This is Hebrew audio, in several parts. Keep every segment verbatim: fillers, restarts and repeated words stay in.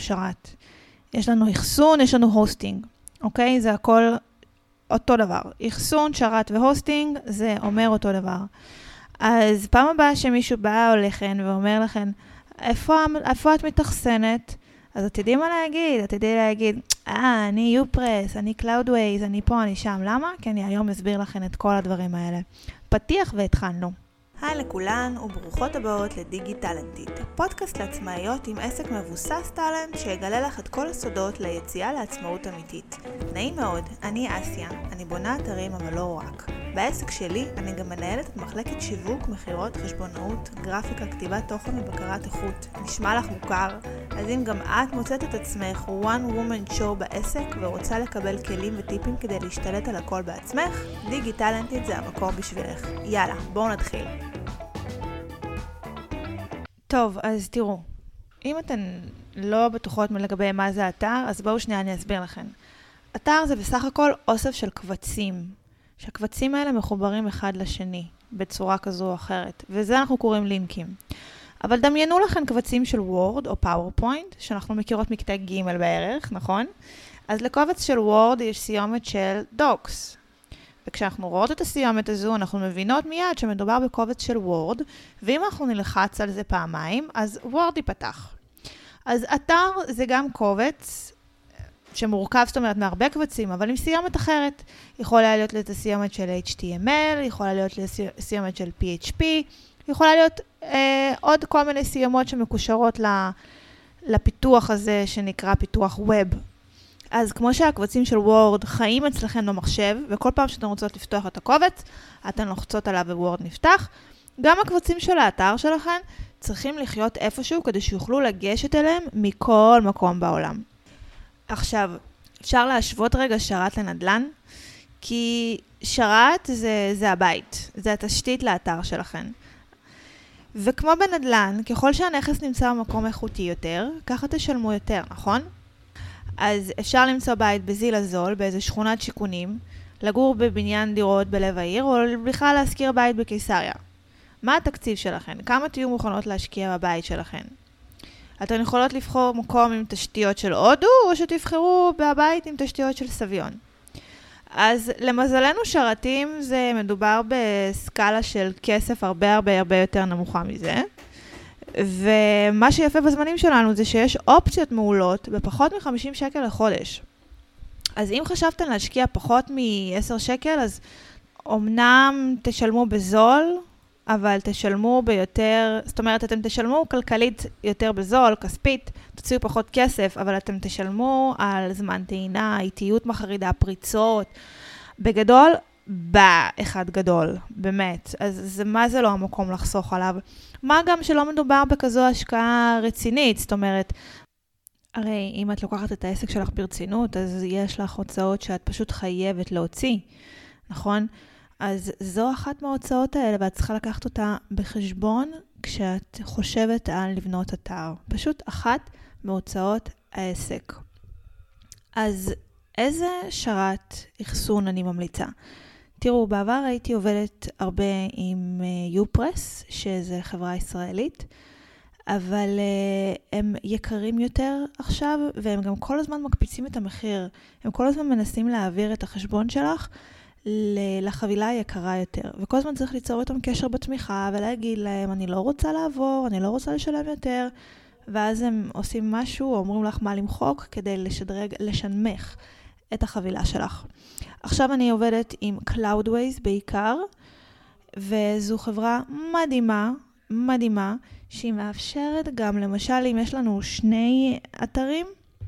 שרת. יש לנו אחסון, יש לנו הוסטינג. אוקיי? זה הכל אותו דבר. אחסון, שרת והוסטינג, זה אומר אותו דבר. אז פעם הבאה שמישהו בא או לכן ואומר לכן, איפה, איפה את מתחסנת? אז את יודעים מה להגיד? את יודעים להגיד, אה, אני יופרס, אני קלאודווייז, אני פה, אני שם. למה? כי אני היום אסביר לכן את כל הדברים האלה. פתיח והתחלנו. היי לכולן וברוכות הבאות לדיגיטלנטית, פודקאסט לעצמאיות עם עסק מבוסס טלנט שיגלה לך את כל הסודות ליציאה לעצמאות אמיתית. נעים מאוד, אני אסיה, אני בונה אתרים אבל לא רק. בעסק שלי אני גם מנהלת את מחלקת שיווק, מחירות, חשבונאות, גרפיקה, כתיבת תוכן ובקרת איכות. נשמע לך מוכר? אז אם גם את מוצאת את עצמך one woman show בעסק ורוצה לקבל כלים וטיפים כדי להשתלט על הכל בעצמך, דיגיטלנטית זה המקום בשבילך. יאללה, בואו נתחיל. טוב, אז תראו, אם אתן לא בטוחות לגבי מה זה אתר, אז בואו שנייה אני אסביר לכם. אתר זה בסך הכל אוסף של קבצים, שהקבצים האלה מחוברים אחד לשני, בצורה כזו או אחרת, וזה אנחנו קוראים לינקים. אבל דמיינו לכם קבצים של וורד או פאורפוינט, שאנחנו מכירות מכיתה ג' בערך, נכון? אז לקובץ של וורד יש סיומת של דוקס. וכשאנחנו רואות את הסיומת הזו, אנחנו מבינות מיד שמדובר בקובץ של וורד, ואם אנחנו נלחץ על זה פעמיים, אז וורד ייפתח. אז אתר זה גם קובץ שמורכב, זאת אומרת, מהרבה קבצים, אבל עם סיומת אחרת. יכולה להיות לזה סיומת של אייץ' טי אם אל, יכולה להיות לזה סיומת של פי אייץ' פי, יכולה להיות אה, עוד כל מיני סיומות שמקושרות לפיתוח הזה שנקרא פיתוח ווב. אז כמו שהקבצים של וורד חיים אצלכם במחשב, וכל פעם שאתן רוצות לפתוח את הקובץ, אתן לוחצות עליו ווורד נפתח, גם הקבצים של האתר שלכם צריכים לחיות איפשהו כדי שיוכלו לגשת אליהם מכל מקום בעולם. עכשיו, אפשר להשוות רגע שרת לנדלן, כי שרת זה, זה הבית, זה התשתית לאתר שלכם. וכמו בנדלן, ככל שהנכס נמצא במקום איכותי יותר, ככה תשלמו יותר, נכון? אז אפשר למצוא בית בזיל זול, באיזה שכונת שיכונים, לגור בבניין דירות בלב העיר, או בכלל להשכיר בית בקיסריה. מה התקציב שלכם? כמה תהיו מוכנות להשקיע בבית שלכם? אתן יכולות לבחור מקום עם תשתיות של הודו, או שתבחרו בבית עם תשתיות של סביון. אז למזלנו שרתים זה מדובר בסקאלה של כסף הרבה הרבה הרבה יותר נמוכה מזה. ומה שיפה בזמנים שלנו זה שיש אופציות מעולות בפחות מ-חמישים שקל לחודש. אז אם חשבתם להשקיע פחות מ-עשרה שקל, אז אמנם תשלמו בזול, אבל תשלמו ביותר, זאת אומרת, אתם תשלמו כלכלית יותר בזול, כספית, תוציאו פחות כסף, אבל אתם תשלמו על זמן טעינה, איטיות מחרידה, פריצות, בגדול, באחד גדול, באמת. אז זה, מה זה לא המקום לחסוך עליו? מה גם שלא מדובר בכזו השקעה רצינית, זאת אומרת, הרי אם את לוקחת את העסק שלך ברצינות, אז יש לך הוצאות שאת פשוט חייבת להוציא, נכון? אז זו אחת מההוצאות האלה, ואת צריכה לקחת אותה בחשבון כשאת חושבת על לבנות אתר. פשוט אחת מהוצאות העסק. אז איזה שרת אחסון אני ממליצה? תראו, בעבר הייתי עובדת הרבה עם יופרס, שזה חברה ישראלית, אבל uh, הם יקרים יותר עכשיו, והם גם כל הזמן מקפיצים את המחיר. הם כל הזמן מנסים להעביר את החשבון שלך לחבילה היקרה יותר. וכל הזמן צריך ליצור איתם קשר בתמיכה, ולהגיד להם, אני לא רוצה לעבור, אני לא רוצה לשלם יותר, ואז הם עושים משהו, או אומרים לך מה למחוק, כדי לשדרג, לשנמך את החבילה שלך. עכשיו אני עובדת עם קלאודווייז בעיקר, וזו חברה מדהימה, מדהימה, שהיא מאפשרת גם, למשל, אם יש לנו שני אתרים,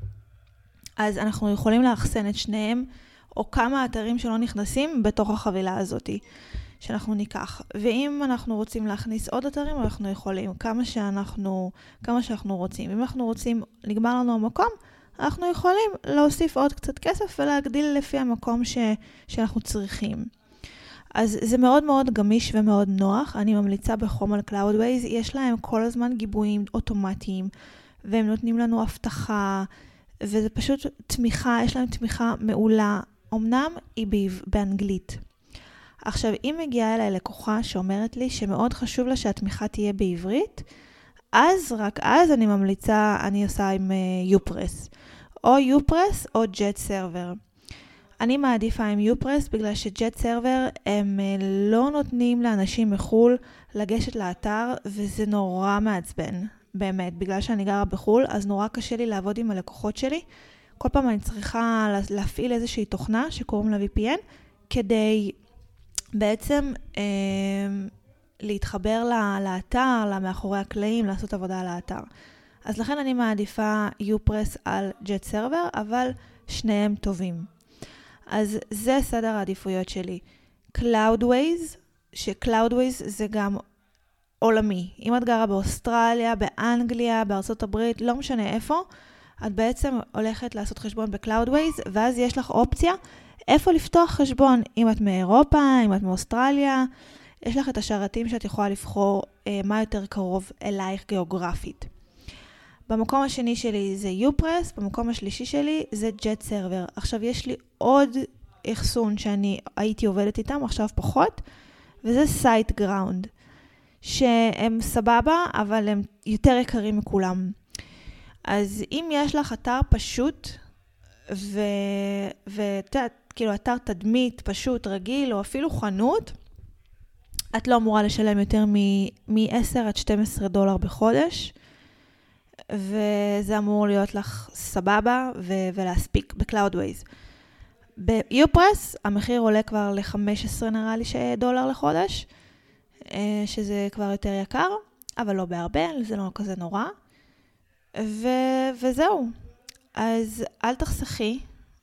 אז אנחנו יכולים לאחסן את שניהם, או כמה אתרים שלא נכנסים בתוך החבילה הזאת, שאנחנו ניקח. ואם אנחנו רוצים להכניס עוד אתרים, אנחנו יכולים, כמה שאנחנו, כמה שאנחנו רוצים. אם אנחנו רוצים, נגמר לנו המקום, אנחנו יכולים להוסיף עוד קצת כסף, ולהגדיל לפי המקום ש, שאנחנו צריכים. אז זה מאוד מאוד גמיש ומאוד נוח. אני ממליצה בחום על קלאודווייז. יש להם כל הזמן גיבויים אוטומטיים, והם נותנים לנו הבטחה, וזה פשוט תמיכה, יש להם תמיכה מעולה. אמנם היא באנגלית. עכשיו, אם מגיעה אליי לקוחה שאומרת לי שמאוד חשוב לה שהתמיכה תהיה בעברית, אז, רק אז אני ממליצה, אני עושה עם יופרס. או יופרס או ג'ט סרבר. אני מעדיפה עם יופרס בגלל שג'ט סרבר הם לא נותנים לאנשים מחול לגשת לאתר, וזה נורא מעצבן, באמת. בגלל שאני גרה בחול, אז נורא קשה לי לעבוד עם הלקוחות שלי. כל פעם אני צריכה להפעיל איזושהי תוכנה שקוראים לה וי פי אן, כדי בעצם אה, להתחבר לאתר, למאחורי הקלעים, לעשות עבודה על האתר. אז לכן אני מעדיפה יופרס על ג'ט סרבר, אבל שניהם טובים. אז זה סדר העדיפויות שלי. Cloudways, ש-Cloudways זה גם עולמי. אם את גרה באוסטרליה, באנגליה, בארצות הברית, לא משנה איפה, את בעצם הולכת לעשות חשבון ב-Cloudways, ואז יש לך אופציה איפה לפתוח חשבון. אם את מאירופה, אם את מאוסטרליה, יש לך את השרתים שאת יכולה לבחור אה, מה יותר קרוב אלייך גיאוגרפית. במקום השני שלי זה יופרס, במקום השלישי שלי זה ג'ט סרבר. עכשיו יש לי עוד אחסון שאני הייתי עובדת איתם, עכשיו פחות, וזה SiteGround, שהם סבבה, אבל הם יותר יקרים מכולם. אז אם יש לך אתר פשוט, ו... ו... כאילו אתר תדמית פשוט, רגיל, או אפילו חנות, את לא אמורה לשלם יותר מ-עשר עד שתים עשרה דולר בחודש, וזה אמור להיות לך סבבה ו- ולהספיק ב-Cloudways. ביופרס המחיר עולה כבר ל-חמש עשרה נראה לי דולר לחודש, שזה כבר יותר יקר, אבל לא בהרבה, זה לא כזה נורא. ו- וזהו. אז אל תחסכי,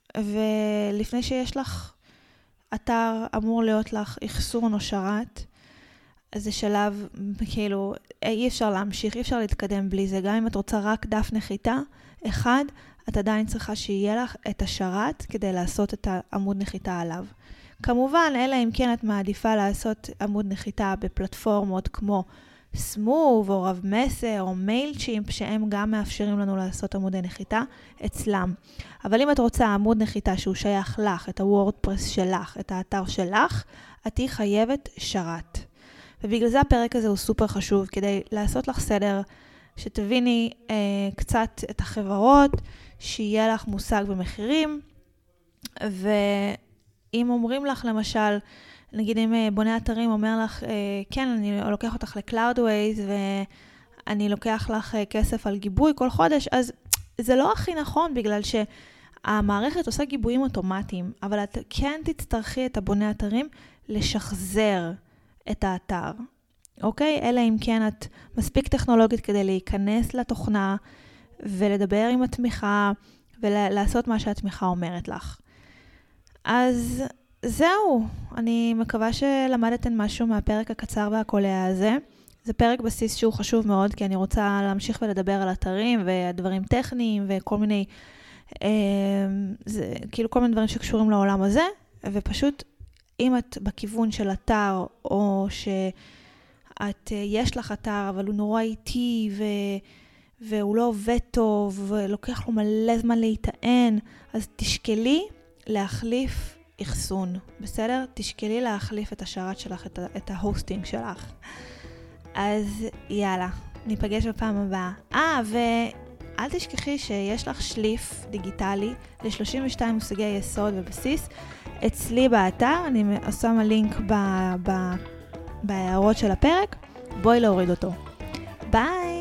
ולפני שיש לך אתר אמור להיות לך אחסון או שרת, אז זה שלב, כאילו, אי אפשר להמשיך, אי אפשר להתקדם בלי זה. גם אם את רוצה רק דף נחיתה, אחד, את עדיין צריכה שיהיה לך את השרת כדי לעשות את העמוד נחיתה עליו. כמובן, אלא אם כן את מעדיפה לעשות עמוד נחיתה בפלטפורמות כמו סמוב או רב מסר או מיילצ'ימפ, שהם גם מאפשרים לנו לעשות עמודי נחיתה אצלם. אבל אם את רוצה עמוד נחיתה שהוא שייך לך, את הוורדפרס שלך, את האתר שלך, את היא חייבת שרת. ובגלל זה הפרק הזה הוא סופר חשוב, כדי לעשות לך סדר, שתביני אה, קצת את החברות, שיהיה לך מושג במחירים, ואם אומרים לך למשל, נגיד אם בונה אתרים אומר לך, אה, כן, אני לוקח אותך ל-Cloudways, ואני לוקח לך אה, כסף על גיבוי כל חודש, אז זה לא הכי נכון, בגלל שהמערכת עושה גיבויים אוטומטיים, אבל את כן תצטרכי את הבונה אתרים לשחזר את האתר, אוקיי? אלא אם כן את מספיק טכנולוגית כדי להיכנס לתוכנה ולדבר עם התמיכה ולעשות מה שהתמיכה אומרת לך. אז זהו, אני מקווה שלמדתם משהו מהפרק הקצר והקולע הזה. זה פרק בסיס שהוא חשוב מאוד, כי אני רוצה להמשיך ולדבר על אתרים ודברים טכניים וכל מיני, אה, זה, כאילו כל מיני דברים שקשורים לעולם הזה, ופשוט אם את בכיוון של אתר, או שאת, יש לך אתר, אבל הוא נורא איטי, ו, והוא לא עובד טוב, ולוקח לו מלא זמן להיטען, אז תשקלי להחליף אחסון, בסדר? תשקלי להחליף את השרת שלך, את, את ההוסטינג שלך. אז יאללה, ניפגש בפעם הבאה. אה, ואל תשכחי שיש לך שליף דיגיטלי ל-שלושים ושתיים מושגי יסוד ובסיס, אצלי באתר, אני שמה לינק ב- ב- בהערות של הפרק, בואי להוריד אותו. ביי!